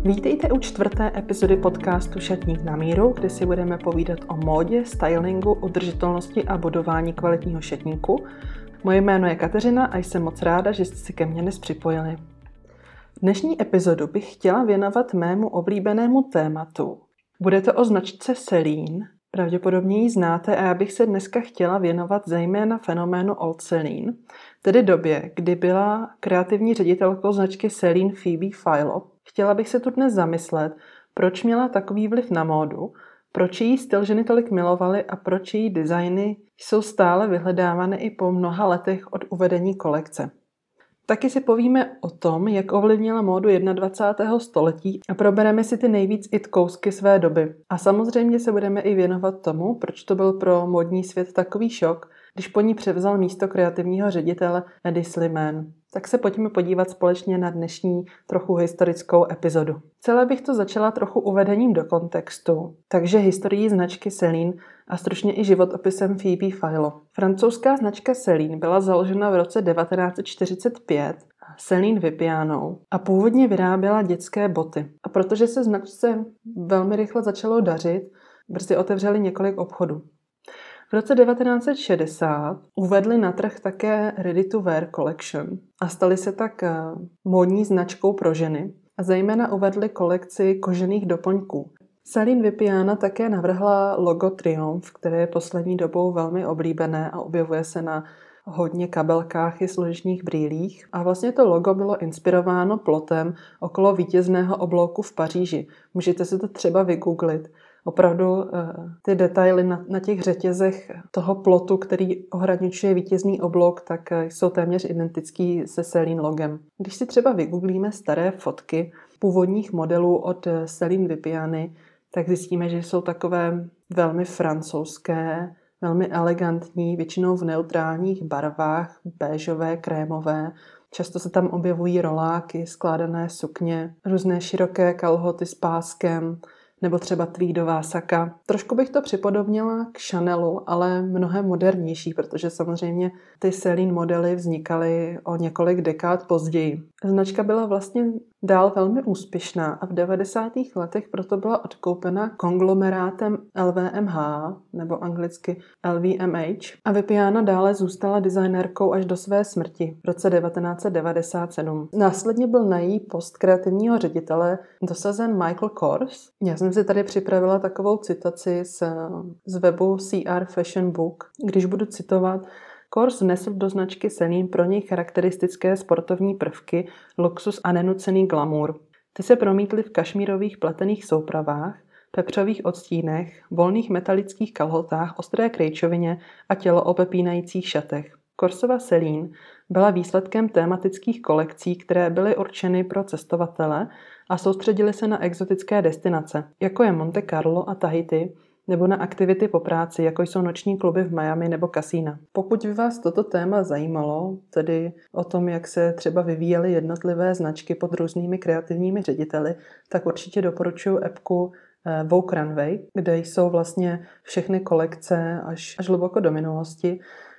Vítejte u 4. epizody podcastu Šatník na míru, kde si budeme povídat o módě, stylingu, udržitelnosti a budování kvalitního šatníku. Moje jméno je Kateřina a jsem moc ráda, že jste si ke mně dnes připojili. Dnešní epizodu bych chtěla věnovat mému oblíbenému tématu. Bude to o značce Celine. Pravděpodobně ji znáte a já bych se dneska chtěla věnovat zejména fenoménu Old Celine, tedy době, kdy byla kreativní ředitelkou značky Celine Phoebe Philo. Chtěla bych se tu dnes zamyslet, proč měla takový vliv na módu, proč její styl ženy tolik milovaly a proč její designy jsou stále vyhledávané i po mnoha letech od uvedení kolekce. Taky si povíme o tom, jak ovlivnila módu 21. století a probereme si ty nejvíc it kousky své doby. A samozřejmě se budeme i věnovat tomu, proč to byl pro módní svět takový šok, když po ní převzal místo kreativního ředitele Eddie Slimane. Tak se pojďme podívat společně na dnešní trochu historickou epizodu. Celé bych to začala trochu uvedením do kontextu, takže historií značky Celine a stručně i životopisem Phoebe Philo. Francouzská značka Celine byla založena v roce 1945 Celine Vipianou a původně vyráběla dětské boty. A protože se značce velmi rychle začalo dařit, brzy otevřeli několik obchodů. V roce 1960 uvedli na trh také Ready to Wear Collection a stali se tak módní značkou pro ženy a zejména uvedli kolekci kožených doplňků. Celine Vipiana také navrhla logo Triumph, které je poslední dobou velmi oblíbené a objevuje se na hodně kabelkách i slunečních brýlích. A vlastně to logo bylo inspirováno plotem okolo vítězného oblouku v Paříži. Můžete si to třeba vygooglit. Opravdu ty detaily na těch řetězech toho plotu, který ohraničuje vítězný oblouk, tak jsou téměř identický se Celine logem. Když si třeba vygooglíme staré fotky původních modelů od Celine Vipiany, tak zjistíme, že jsou takové velmi francouzské, velmi elegantní, většinou v neutrálních barvách, béžové, krémové. Často se tam objevují roláky, skládané sukně, různé široké kalhoty s páskem, nebo třeba tweedová saka. Trošku bych to připodobnila k Chanelu, ale mnohem modernější, protože samozřejmě ty Celine modely vznikaly o několik dekád později. Značka byla vlastně dál velmi úspěšná a v 90. letech proto byla odkoupena konglomerátem LVMH, nebo anglicky LVMH, a Vipiana dále zůstala designérkou až do své smrti v roce 1997. Následně byl na její post kreativního ředitele dosazen Michael Kors. Já jsem si tady připravila takovou citaci z webu CR Fashion Book. Když budu citovat, Kors vnesl do značky Celine pro něj charakteristické sportovní prvky, luxus a nenucený glamour. Ty se promítly v kašmírových pletených soupravách, pepřových odstínech, volných metalických kalhotách, ostré krejčovině a těloopepínajících šatech. Korsova Celine byla výsledkem tématických kolekcí, které byly určeny pro cestovatele a soustředily se na exotické destinace, jako je Monte Carlo a Tahiti, nebo na aktivity po práci, jako jsou noční kluby v Miami nebo kasína. Pokud by vás toto téma zajímalo, tedy o tom, jak se třeba vyvíjely jednotlivé značky pod různými kreativními řediteli, tak určitě doporučuji appku Vogue Runway, kde jsou vlastně všechny kolekce až hluboko do minulosti.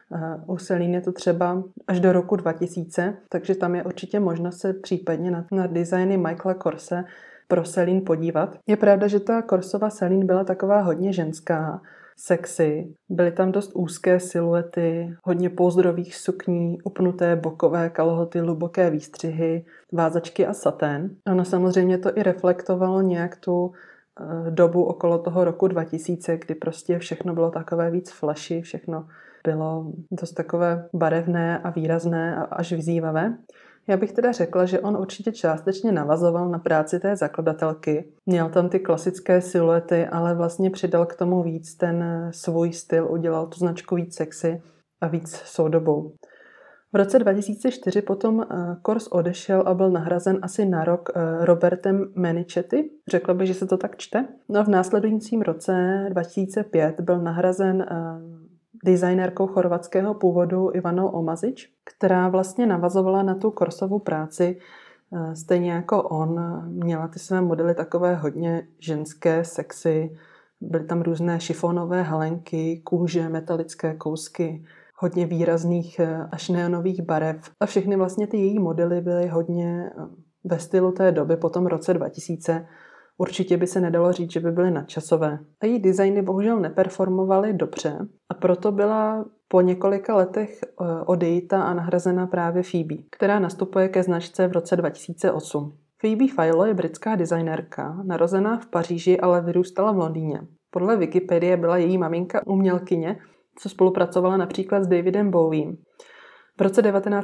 U Celine je to třeba až do roku 2000, takže tam je určitě možnost se případně na designy Michaela Korse pro Celine podívat. Je pravda, že ta Korsova Celine byla taková hodně ženská, sexy. Byly tam dost úzké siluety, hodně pouzdrových sukní, upnuté bokové kalhoty, hluboké výstřihy, vázačky a satén. Ono samozřejmě to i reflektovalo nějak tu dobu okolo toho roku 2000, kdy prostě všechno bylo takové víc flashy, všechno bylo dost takové barevné a výrazné a až vyzývavé. Já bych teda řekla, že on určitě částečně navazoval na práci té zakladatelky. Měl tam ty klasické siluety, ale vlastně přidal k tomu víc ten svůj styl, udělal tu značku víc sexy a víc soudobou. V roce 2004 potom Kors odešel a byl nahrazen asi na rok Robertem Menichetti. Řekla bych, že se to tak čte. No a v následujícím roce 2005 byl nahrazen designérkou chorvatského původu Ivanou Omazič, která vlastně navazovala na tu Korsovu práci. Stejně jako on měla ty své modely takové hodně ženské, sexy. Byly tam různé šifonové halenky, kůže, metalické kousky, hodně výrazných až neonových barev. A všechny vlastně ty její modely byly hodně ve stylu té doby po tom roce 2000, určitě by se nedalo říct, že by byly nadčasové. A její designy bohužel neperformovaly dobře a proto byla po několika letech odejita a nahrazena právě Phoebe, která nastupuje ke značce v roce 2008. Phoebe Philo je britská designérka, narozená v Paříži, ale vyrůstala v Londýně. Podle Wikipedie byla její maminka umělkyně, co spolupracovala například s Davidem Bowiem. V roce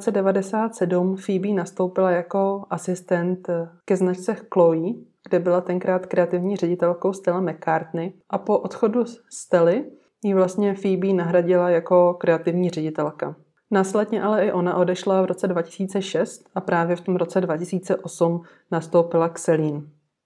1997 Phoebe nastoupila jako asistent ke značce Chloe, kde byla tenkrát kreativní ředitelkou Stella McCartney, a po odchodu Stelly ji vlastně Phoebe nahradila jako kreativní ředitelka. Následně ale i ona odešla v roce 2006 a právě v tom roce 2008 nastoupila k Celine.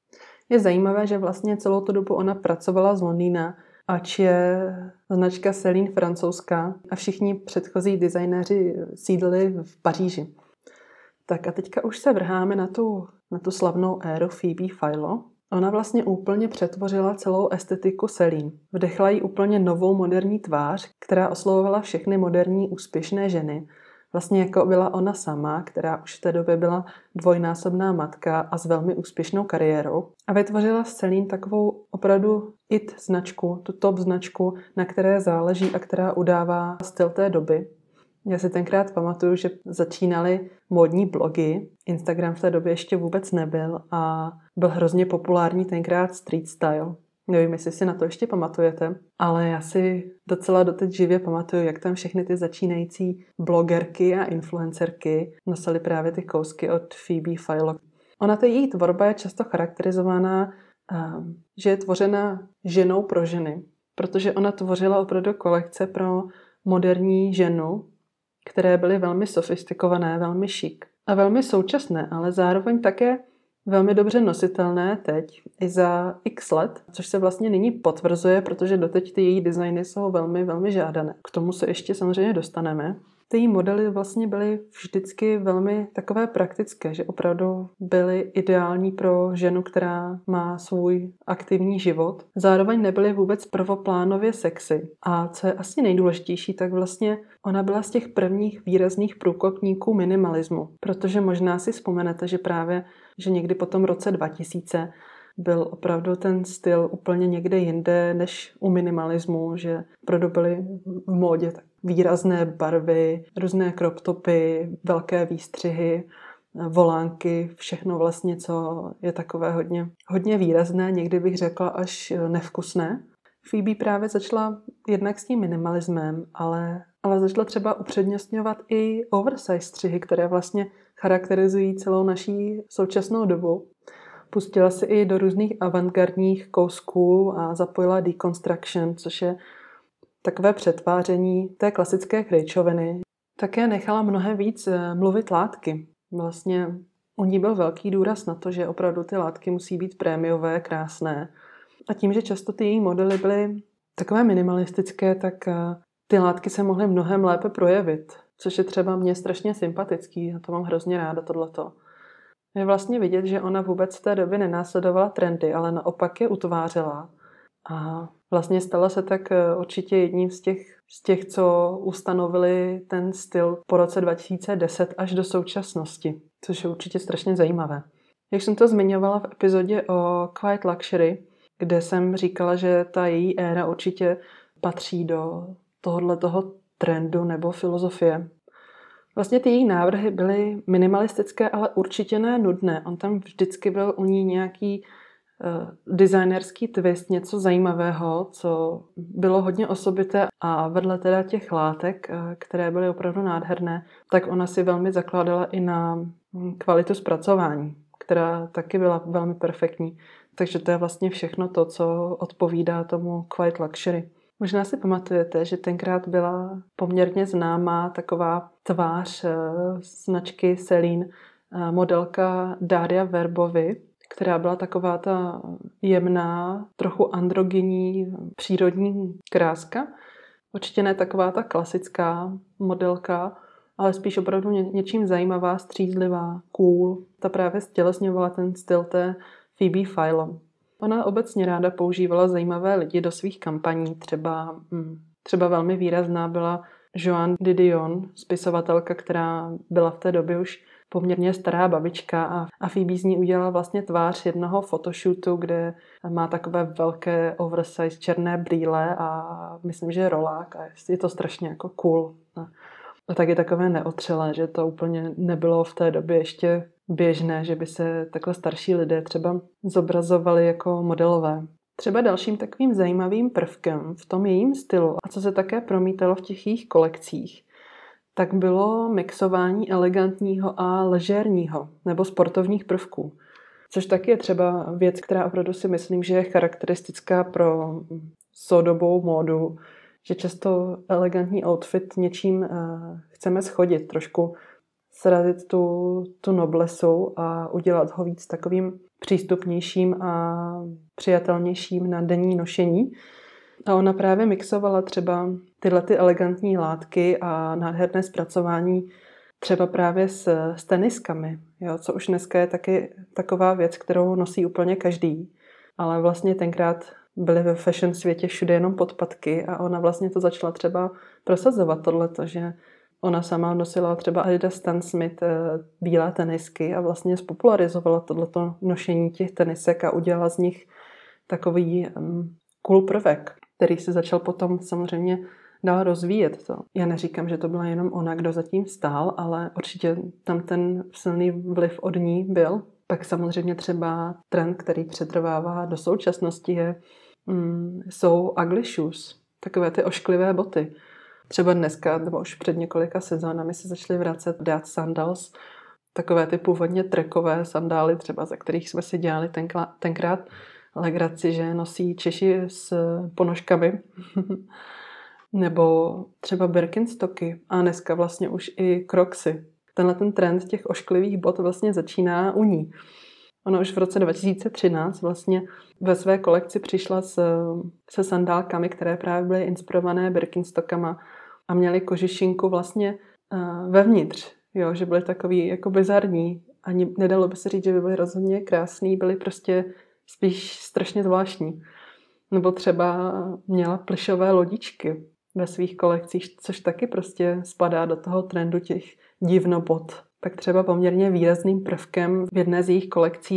Je zajímavé, že vlastně celou tu dobu ona pracovala z Londýna, ač je značka Celine francouzská a všichni předchozí designéři sídlili v Paříži. Tak a teďka už se vrháme na tu slavnou éru Phoebe Philo. Ona vlastně úplně přetvořila celou estetiku Celine. Vdechla jí úplně novou moderní tvář, která oslovovala všechny moderní úspěšné ženy. Vlastně jako byla ona sama, která už v té době byla dvojnásobná matka a s velmi úspěšnou kariérou. A vytvořila z Celine takovou opravdu it značku, tu top značku, na které záleží a která udává styl té doby. Já si tenkrát pamatuju, že začínaly módní blogy, Instagram v té době ještě vůbec nebyl a byl hrozně populární tenkrát street style. Nevím, jestli si na to ještě pamatujete, ale já si docela doteď živě pamatuju, jak tam všechny ty začínající blogerky a influencerky nosily právě ty kousky od Phoebe Philo. Ona, ta její tvorba je často charakterizovaná, že je tvořena ženou pro ženy, protože ona tvořila opravdu kolekce pro moderní ženu, které byly velmi sofistikované, velmi šik a velmi současné, ale zároveň také velmi dobře nositelné teď i za x let, což se vlastně nyní potvrzuje, protože doteď ty její designy jsou velmi, velmi žádané. K tomu se ještě samozřejmě dostaneme. Ty její modely vlastně byly vždycky velmi takové praktické, že opravdu byly ideální pro ženu, která má svůj aktivní život. Zároveň nebyly vůbec prvoplánově sexy. A co je asi nejdůležitější, tak vlastně ona byla z těch prvních výrazných průkopníků minimalismu. Protože možná si vzpomenete, že někdy po tom roce 2000 byl opravdu ten styl úplně někde jinde než u minimalismu, že opravdu byly v módě tak výrazné barvy, různé crop topy, velké výstřihy, volánky, všechno vlastně, co je takové hodně výrazné, někdy bych řekla až nevkusné. Phoebe právě začala jednak s tím minimalismem, ale začala třeba upřednostňovat i oversize střihy, které vlastně charakterizují celou naší současnou dobu. Pustila se i do různých avantgardních kousků a zapojila deconstruction, což je takové přetváření té klasické krejčoviny. Také nechala mnohem víc mluvit látky. Vlastně u ní byl velký důraz na to, že opravdu ty látky musí být prémiové, krásné. A tím, že často ty její modely byly takové minimalistické, tak ty látky se mohly mnohem lépe projevit, což je třeba mně strašně sympatický a to mám hrozně ráda tohleto. Je vlastně vidět, že ona vůbec v té době nenásledovala trendy, ale naopak je utvářela. A vlastně stala se tak určitě jedním z těch, co ustanovili ten styl po roce 2010 až do současnosti, což je určitě strašně zajímavé. Jak jsem to zmiňovala v epizodě o Quiet Luxury, kde jsem říkala, že ta její éra určitě patří do tohoto trendu nebo filozofie. Vlastně ty její návrhy byly minimalistické, ale určitě ne nudné. On tam vždycky byl u ní nějaký designerský twist, něco zajímavého, co bylo hodně osobité a vedle teda těch látek, které byly opravdu nádherné, tak ona si velmi zakládala i na kvalitu zpracování, která taky byla velmi perfektní. Takže to je vlastně všechno to, co odpovídá tomu Quiet Luxury. Možná si pamatujete, že tenkrát byla poměrně známá taková tvář značky Celine, modelka Daria Verbovi, která byla taková ta jemná, trochu androgyní, přírodní kráska. Určitě ne taková ta klasická modelka, ale spíš opravdu něčím zajímavá, střízlivá, cool. Ta právě stělesňovala ten styl té Phoebe Philo. Ona obecně ráda používala zajímavé lidi do svých kampaní. Třeba velmi výrazná byla Joan Didion, spisovatelka, která byla v té době už poměrně stará babička a Phoebe z ní udělala vlastně tvář jednoho photoshootu, kde má takové velké oversize černé brýle a myslím, že rolák a je to strašně jako cool. A taky takové neotřelé, že to úplně nebylo v té době ještě běžné, že by se takhle starší lidé třeba zobrazovali jako modelové. Třeba dalším takovým zajímavým prvkem v tom jejím stylu, a co se také promítalo v těch jejich kolekcích, tak bylo mixování elegantního a ležérního nebo sportovních prvků. Což taky je třeba věc, která opravdu si myslím, že je charakteristická pro soudobou módu, že často elegantní outfit něčím chceme schodit, trošku srazit tu noblesu a udělat ho víc takovým přístupnějším a přijatelnějším na denní nošení. A ona právě mixovala třeba tyhle ty elegantní látky a nádherné zpracování třeba právě s teniskami, jo, co už dneska je taky taková věc, kterou nosí úplně každý. Ale vlastně tenkrát byly ve fashion světě všude jenom podpatky a ona vlastně to začala třeba prosazovat tohleto, že ona sama nosila třeba Adidas Stan Smith bílé tenisky a vlastně spopularizovala tohleto nošení těch tenisek a udělala z nich takový cool prvek, který se začal potom samozřejmě dál rozvíjet. To. Já neříkám, že to byla jenom ona, kdo zatím stál, ale určitě tam ten silný vliv od ní byl. Pak samozřejmě třeba trend, který přetrvává do současnosti, jsou ugly shoes, takové ty ošklivé boty. Třeba dneska, nebo už před několika sezónami se začaly vracet dad sandals, takové ty původně trekové sandály, třeba za kterých jsme si dělali tenkrát legraci, že nosí Češi s ponožkami. Nebo třeba Birkenstocky a dneska vlastně už i Crocsy. Tenhle ten trend těch ošklivých bot vlastně začíná u ní. Ona už v roce 2013 vlastně ve své kolekci přišla se sandálkami, které právě byly inspirované Birkenstockama a měly kožišinku vlastně vevnitř. Jo, že byly takový jako bizarní. Ani nedalo by se říct, že by byly rozhodně krásný, byly prostě spíš strašně zvláštní. Nebo třeba měla plyšové lodičky ve svých kolekcích, což taky prostě spadá do toho trendu těch divnobot. Tak třeba poměrně výrazným prvkem v jedné z jejich kolekcí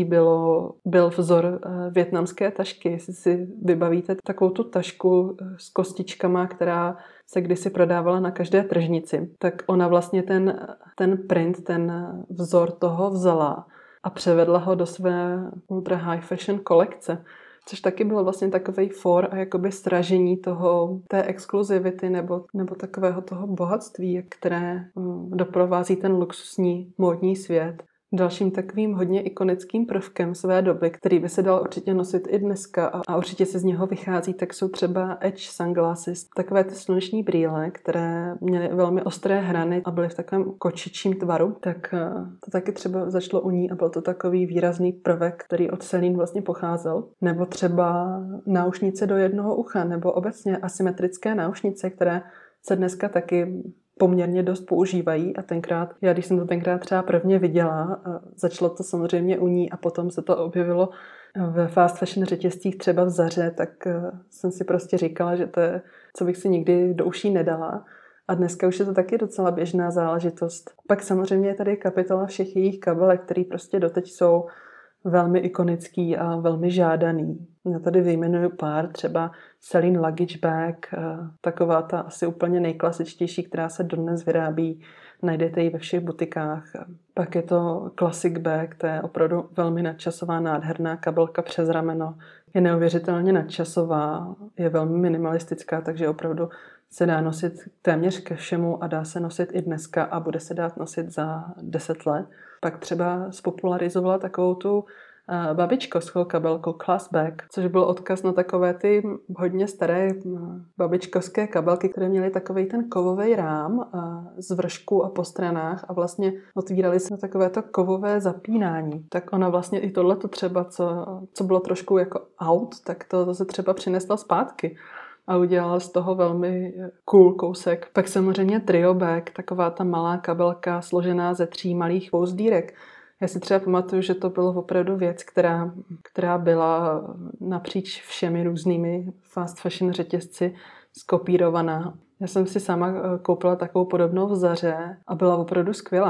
byl vzor vietnamské tašky. Jestli si vybavíte takovou tu tašku s kostičkama, která se kdysi prodávala na každé tržnici, tak ona vlastně ten print, ten vzor toho vzala a převedla ho do své ultra high fashion kolekce. Což taky bylo vlastně takovej for a jakoby sražení té exkluzivity nebo takového toho bohatství, které doprovází ten luxusní módní svět. Dalším takovým hodně ikonickým prvkem své doby, který by se dal určitě nosit i dneska a určitě se z něho vychází, tak jsou třeba edge sunglasses, takové ty sluneční brýle, které měly velmi ostré hrany a byly v takovém kočičím tvaru, tak to taky třeba začalo u ní a byl to takový výrazný prvek, který od Celine vlastně pocházel. Nebo třeba náušnice do jednoho ucha, nebo obecně asymetrické náušnice, které se dneska taky poměrně dost používají a když jsem to tenkrát třeba prvně viděla, začalo to samozřejmě u ní a potom se to objevilo ve fast fashion řetězcích třeba v Zaře, tak jsem si prostě říkala, že to je, co bych si nikdy do uší nedala. A dneska už je to taky docela běžná záležitost. Pak samozřejmě je tady kapitola všech jejich kabelek, které prostě doteď jsou velmi ikonický a velmi žádaný. Já tady vyjmenuju pár, třeba Celine Luggage Bag, taková ta asi úplně nejklasičtější, která se dodnes vyrábí, najdete ji ve všech butikách. Pak je to Classic Bag, to je opravdu velmi nadčasová, nádherná kabelka přes rameno. Je neuvěřitelně nadčasová, je velmi minimalistická, takže opravdu se dá nosit téměř ke všemu a dá se nosit i dneska a bude se dát nosit za 10 let. Pak třeba spopularizovala takovou tu babičkovskou kabelku Class Bag, což byl odkaz na takové ty hodně staré babičkovské kabelky, které měly takovej ten kovový rám z vršku a po stranách a vlastně otvíraly se na takové to kovové zapínání. Tak ona vlastně i tohleto třeba, co bylo trošku jako out, tak to se třeba přinesla zpátky a udělala z toho velmi cool kousek. Pak samozřejmě Trio Bag, taková ta malá kabelka složená ze 3 malých pouzdírek. Já si třeba pamatuju, že to bylo opravdu věc, která byla napříč všemi různými fast fashion řetězci skopírovaná. Já jsem si sama koupila takovou podobnou v Zaře a byla opravdu skvělá.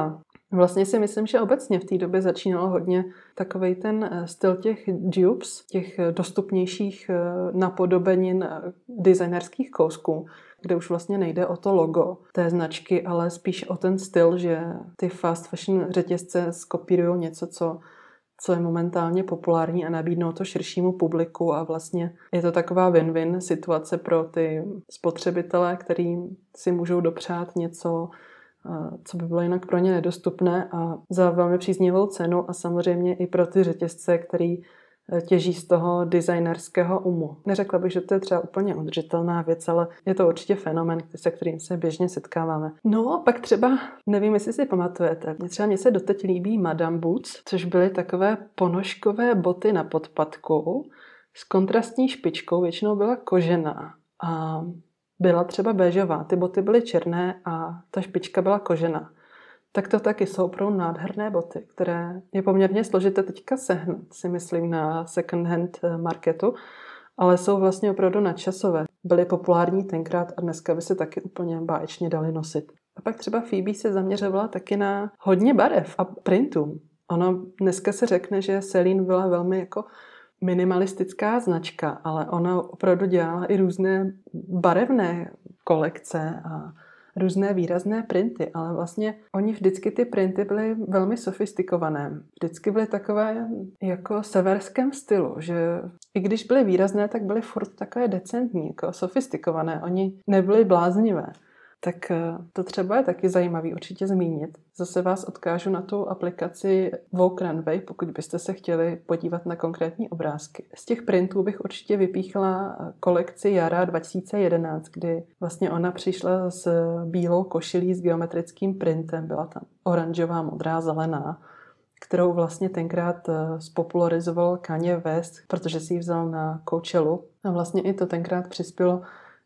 Vlastně si myslím, že obecně v té době začínalo hodně takovej ten styl těch dupes, těch dostupnějších napodobenin designerských kousků, kde už vlastně nejde o to logo té značky, ale spíš o ten styl, že ty fast fashion řetězce skopírují něco, co je momentálně populární a nabídnou to širšímu publiku a vlastně je to taková win-win situace pro ty spotřebitele, který si můžou dopřát něco, co by bylo jinak pro ně nedostupné a za velmi příznivou cenu a samozřejmě i pro ty řetězce, který těží z toho designerského umu. Neřekla bych, že to je třeba úplně udržitelná věc, ale je to určitě fenomén, se kterým se běžně setkáváme. No a pak třeba, nevím, jestli si pamatujete, mně se doteď líbí Madame Boots, což byly takové ponožkové boty na podpatku s kontrastní špičkou, většinou byla kožená a byla třeba béžová. Ty boty byly černé a ta špička byla kožená. Tak to taky jsou opravdu nádherné boty, které je poměrně složité teďka sehnat, si myslím, na second hand marketu, ale jsou vlastně opravdu nadčasové. Byly populární tenkrát a dneska by se taky úplně báječně dali nosit. A pak třeba Phoebe se zaměřovala taky na hodně barev a printů. Ono dneska se řekne, že Celine byla velmi jako minimalistická značka, ale ona opravdu dělala i různé barevné kolekce a různé výrazné printy, ale vlastně oni vždycky ty printy byly velmi sofistikované. Vždycky byly takové jako severském stylu, že i když byly výrazné, tak byly furt takové decentní, jako sofistikované. Oni nebyli bláznivé. Tak to třeba je taky zajímavý určitě zmínit. Zase vás odkážu na tu aplikaci Vogue Runway, pokud byste se chtěli podívat na konkrétní obrázky. Z těch printů bych určitě vypíchla kolekci Jara 2011, kdy vlastně ona přišla s bílou košilí s geometrickým printem. Byla tam oranžová, modrá, zelená, kterou vlastně tenkrát spopularizoval Kanye West, protože si ji vzal na Coachellu. A vlastně i to tenkrát přispělo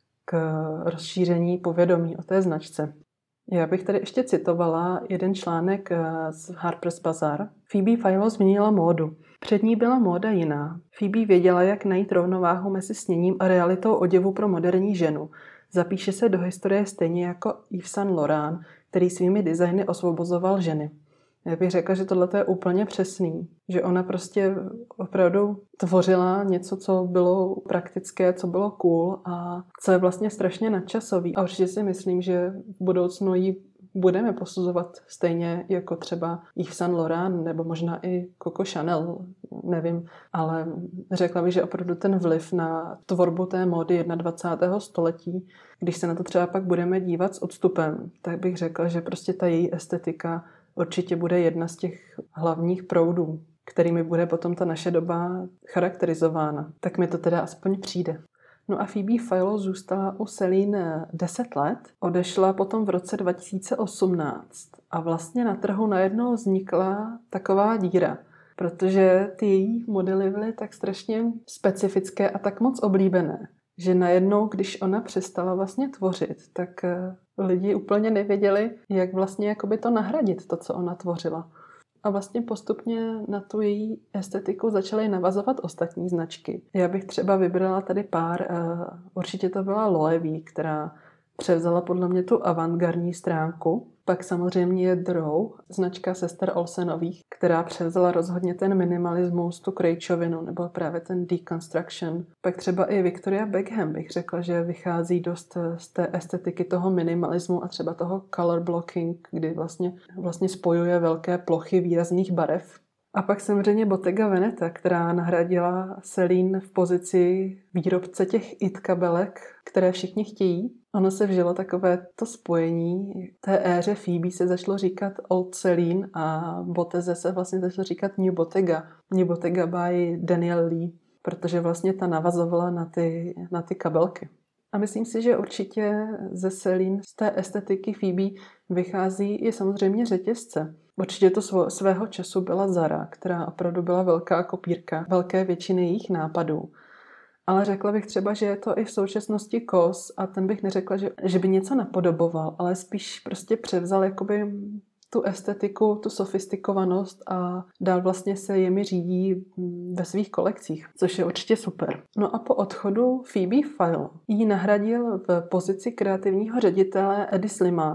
k rozšíření povědomí o té značce. Já bych tady ještě citovala jeden článek z Harper's Bazaar. Phoebe Philo změnila módu. Před ní byla móda jiná. Phoebe věděla, jak najít rovnováhu mezi sněním a realitou oděvu pro moderní ženu. Zapíše se do historie stejně jako Yves Saint Laurent, který svými designy osvobozoval ženy. Já bych řekla, že tohle je úplně přesný. Že ona prostě opravdu tvořila něco, co bylo praktické, co bylo cool a co je vlastně strašně nadčasový. A určitě si myslím, že v budoucnu ji budeme posuzovat stejně jako třeba Yves Saint Laurent nebo možná i Coco Chanel, nevím. Ale řekla bych, že opravdu ten vliv na tvorbu té módy 21. století, když se na to třeba pak budeme dívat s odstupem, tak bych řekla, že prostě ta její estetika určitě bude jedna z těch hlavních proudů, kterými bude potom ta naše doba charakterizována. Tak mi to teda aspoň přijde. No a Phoebe Philo zůstala u Celine 10 let, odešla potom v roce 2018 a vlastně na trhu najednou vznikla taková díra, protože ty její modely byly tak strašně specifické a tak moc oblíbené, že najednou, když ona přestala vlastně tvořit, tak lidi úplně nevěděli, jak vlastně jakoby to nahradit, to, co ona tvořila. A vlastně postupně na tu její estetiku začaly navazovat ostatní značky. Já bych třeba vybrala tady pár, určitě to byla Loewe, která převzala podle mě tu avantgardní stránku. Pak samozřejmě je Drow, značka sester Olsenových, která převzala rozhodně ten minimalismus, tu krejčovinu nebo právě ten deconstruction. Pak třeba i Victoria Beckham bych řekla, že vychází dost z té estetiky toho minimalismu a třeba toho color blocking, kdy vlastně spojuje velké plochy výrazných barev. A pak samozřejmě Bottega Veneta, která nahradila Celine v pozici výrobce těch it kabelek, které všichni chtějí. Ono se vžilo takové to spojení. Té éře Phoebe se začalo říkat Old Celine a Botteze se vlastně začalo říkat New Bottega. New Bottega by Daniel Lee, protože vlastně ta navazovala na ty kabelky. A myslím si, že určitě ze Celine, z té estetiky Phoebe vychází i samozřejmě řetězce. Určitě to svého času byla Zara, která opravdu byla velká kopírka velké většiny jejich nápadů. Ale řekla bych třeba, že je to i v současnosti COS a ten bych neřekla, že by něco napodoboval, ale spíš prostě převzal jakoby tu estetiku, tu sofistikovanost a dál vlastně se jimi řídí ve svých kolekcích, což je určitě super. No a po odchodu Phoebe Philo ji nahradil v pozici kreativního ředitele Eddie Slimane,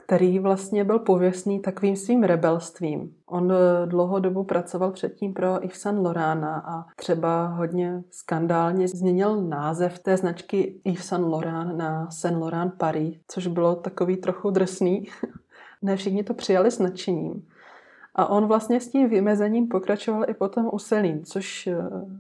který vlastně byl pověstný takovým svým rebelstvím. On dlouhou dobu pracoval předtím pro Yves Saint Laurenta a třeba hodně skandálně změnil název té značky Yves Saint Laurent na Saint Laurent Paris, což bylo takový trochu drsný. Ne všichni to přijali s nadšením. A on vlastně s tím vymezením pokračoval i potom u Celine, což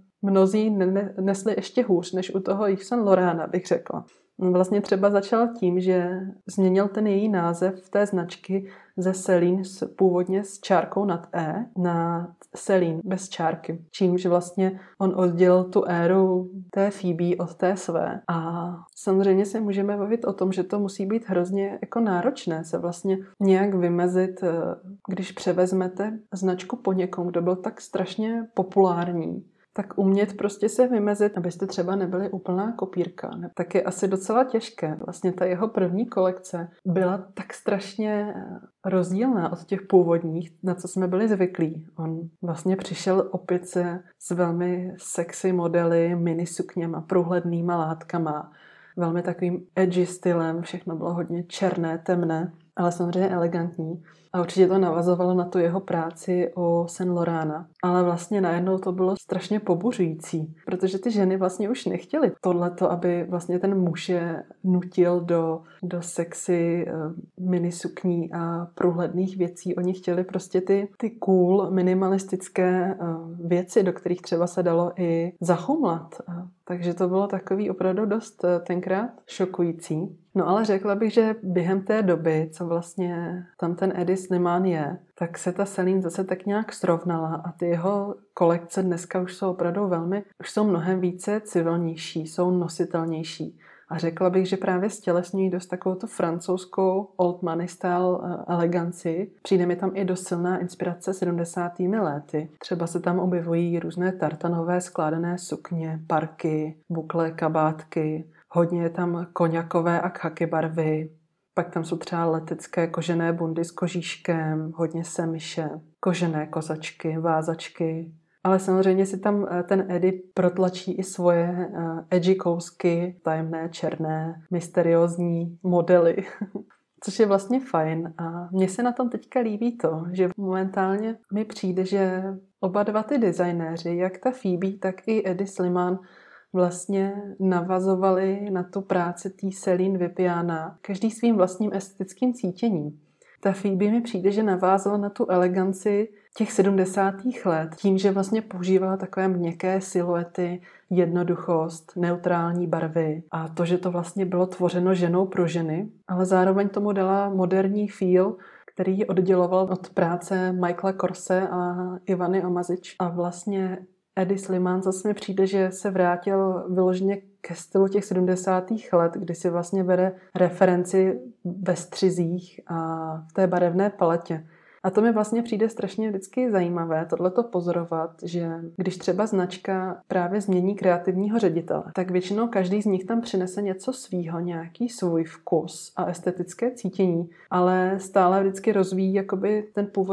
mnozí nesli ještě hůř než u toho Yves Saint Laurenta, bych řekla. Vlastně třeba začal tím, že změnil ten její název té značky ze Celine původně s čárkou nad E na Celine bez čárky. Čímž vlastně on oddělil tu éru té Phoebe od té své. A samozřejmě se můžeme bavit o tom, že to musí být hrozně jako náročné se vlastně nějak vymezit, když převezmete značku po někom, kdo byl tak strašně populární. Tak umět prostě se vymezit, abyste třeba nebyli úplná kopírka, tak je asi docela těžké. Vlastně ta jeho první kolekce byla tak strašně rozdílná od těch původních, na co jsme byli zvyklí. On vlastně přišel opět se s velmi sexy modely, minisukněma, průhlednýma látkama, velmi takovým edgy stylem, všechno bylo hodně černé, temné, ale samozřejmě elegantní. A určitě to navazovalo na tu jeho práci o Saint Laurenta. Ale vlastně najednou to bylo strašně pobuřující, protože ty ženy vlastně už nechtěly tohleto, aby vlastně ten muž je nutil do sexy minisukní a průhledných věcí. Oni chtěli prostě ty cool, minimalistické věci, do kterých třeba se dalo i zachumlat. Takže to bylo takový opravdu dost tenkrát šokující. No ale řekla bych, že během té doby, co vlastně tam ten Hedi Slimane je, tak se ta Celine zase tak nějak srovnala a ty jeho kolekce dneska už jsou opravdu už jsou mnohem více civilnější, jsou nositelnější. A řekla bych, že právě stělesňují dost takovou tu francouzskou old money style eleganci. Přijde mi tam i dost silná inspirace 70. lety. Třeba se tam objevují různé tartanové skládané sukně, parky, bukle, kabátky. Hodně je tam koňakové a khaki barvy. Pak tam jsou třeba letecké kožené bundy s kožíškem, hodně semiše, kožené kozačky, vázačky. Ale samozřejmě si tam ten Hedi protlačí i svoje edgy kousky, tajemné, černé, mysteriózní modely, což je vlastně fajn. A mně se na tom teďka líbí to, že momentálně mi přijde, že oba dva ty designéři, jak ta Phoebe, tak i Hedi Slimane, vlastně navazovali na tu práci té Céline Vipiana, každý svým vlastním estetickým cítěním. Ta Phoebe mi přijde, že navázala na tu eleganci těch 70. let tím, že vlastně používala takové měkké siluety, jednoduchost, neutrální barvy a to, že to vlastně bylo tvořeno ženou pro ženy, ale zároveň tomu dala moderní feel, který ji odděloval od práce Michaela Korse a Ivany Omazič. A vlastně Hedi Slimane zase mi přijde, že se vrátil vyloženě ke stylu těch 70. let, kdy si vlastně bere referenci ve střizích a v té barevné paletě. A to mi vlastně přijde strašně vždycky zajímavé, tohleto pozorovat, že když třeba značka právě změní kreativního ředitele, tak většinou každý z nich tam přinese něco svýho, nějaký svůj vkus a estetické cítění, ale stále vždycky rozvíjí jakoby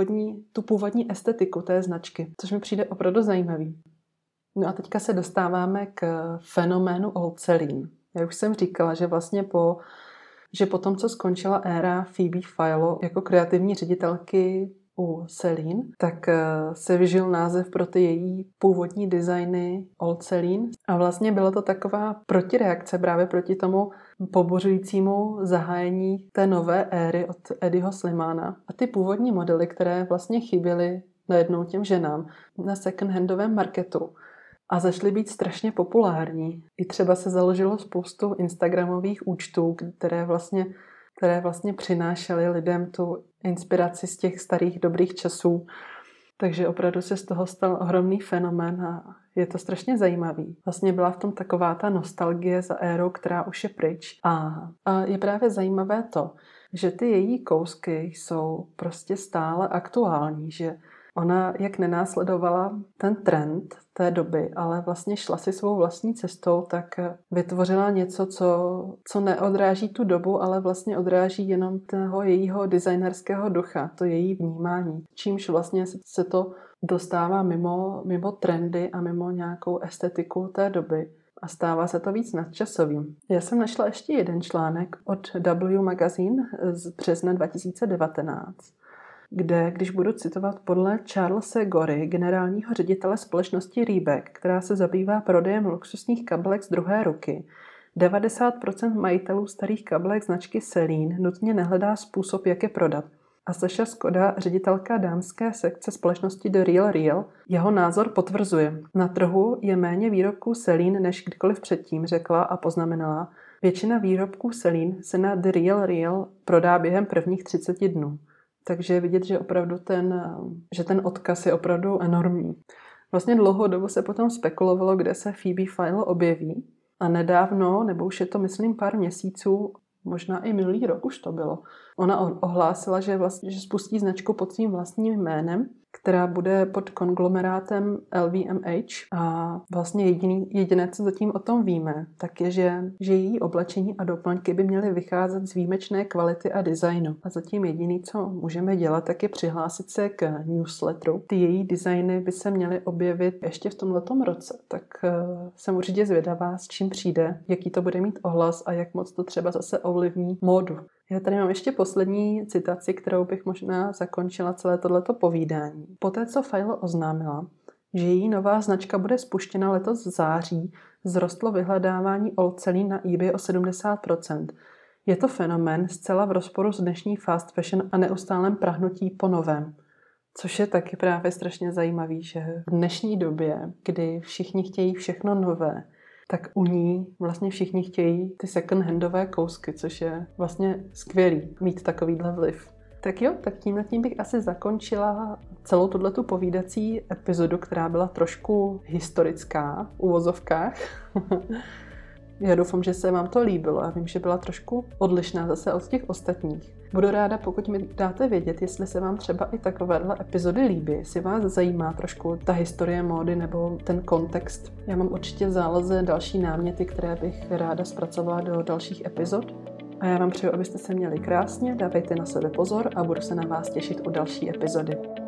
tu původní estetiku té značky, což mi přijde opravdu zajímavý. No a teďka se dostáváme k fenoménu Old Celine. Já už jsem říkala, že vlastně po tom, co skončila éra Phoebe Philo jako kreativní ředitelky u Celine, tak se vyžil název pro ty její původní designy Old Celine. A vlastně byla to taková protireakce právě proti tomu pobuřujícímu zahájení té nové éry od Hediho Slimana. A ty původní modely, které vlastně chyběly najednou těm ženám na second-handovém marketu, a začaly být strašně populární. I třeba se založilo spoustu instagramových účtů, které vlastně přinášely lidem tu inspiraci z těch starých dobrých časů. Takže opravdu se z toho stal ohromný fenomén a je to strašně zajímavý. Vlastně byla v tom taková ta nostalgie za érou, která už je pryč. A je právě zajímavé to, že ty její kousky jsou prostě stále aktuální, že ona jak nenásledovala ten trend té doby, ale vlastně šla si svou vlastní cestou, tak vytvořila něco, co neodráží tu dobu, ale vlastně odráží jenom toho jejího designerského ducha, to její vnímání. Čímž vlastně se to dostává mimo trendy a mimo nějakou estetiku té doby. a stává se to víc nadčasovým. Já jsem našla ještě jeden článek od W Magazine z března 2019, kde, když budu citovat podle Charlese Gory, generálního ředitele společnosti Reebok, která se zabývá prodejem luxusních kabelek z druhé ruky, 90% majitelů starých kabelek značky Celine nutně nehledá způsob, jak je prodat. A Saša Skoda, ředitelka dámské sekce společnosti The Real Real, jeho názor potvrzuje. Na trhu je méně výrobků Celine než kdykoliv předtím, řekla a poznamenala. Většina výrobků Celine se na The Real Real prodá během prvních 30 dnů. Takže je vidět, že opravdu ten odkaz je opravdu enormní. Vlastně dlouhou dobu se potom spekulovalo, kde se Phoebe Philo objeví. A nedávno, nebo už je to myslím pár měsíců, možná i minulý rok už to bylo, ona ohlásila, že spustí značku pod svým vlastním jménem, která bude pod konglomerátem LVMH a vlastně jediné, co zatím o tom víme, tak je, že její oblečení a doplňky by měly vycházet z výjimečné kvality a designu. A zatím jediné, co můžeme dělat, tak je přihlásit se k newsletteru. Ty její designy by se měly objevit ještě v tomhletom roce, tak jsem určitě zvědavá, s čím přijde, jaký to bude mít ohlas a jak moc to třeba zase ovlivní módu. Já tady mám ještě poslední citaci, kterou bych možná zakončila celé tohleto povídání. Poté, co Philo oznámila, že její nová značka bude spuštěna letos v září, vzrostlo vyhledávání Old Celine na eBay o 70%. Je to fenomén zcela v rozporu s dnešní fast fashion a neustálém prahnutí po novém. Což je taky právě strašně zajímavý, že v dnešní době, kdy všichni chtějí všechno nové, tak u ní vlastně všichni chtějí ty second-handové kousky, což je vlastně skvělý mít takovýhle vliv. Tak jo, tak tímhletím bych asi zakončila celou tuhletu povídací epizodu, která byla trošku historická v uvozovkách. Já doufám, že se vám to líbilo a vím, že byla trošku odlišná zase od těch ostatních. Budu ráda, pokud mi dáte vědět, jestli se vám třeba i takovéhle epizody líbí, jestli vás zajímá trošku ta historie módy nebo ten kontext. Já mám určitě v záloze další náměty, které bych ráda zpracovala do dalších epizod. A já vám přeju, abyste se měli krásně, dávejte na sebe pozor a budu se na vás těšit u další epizody.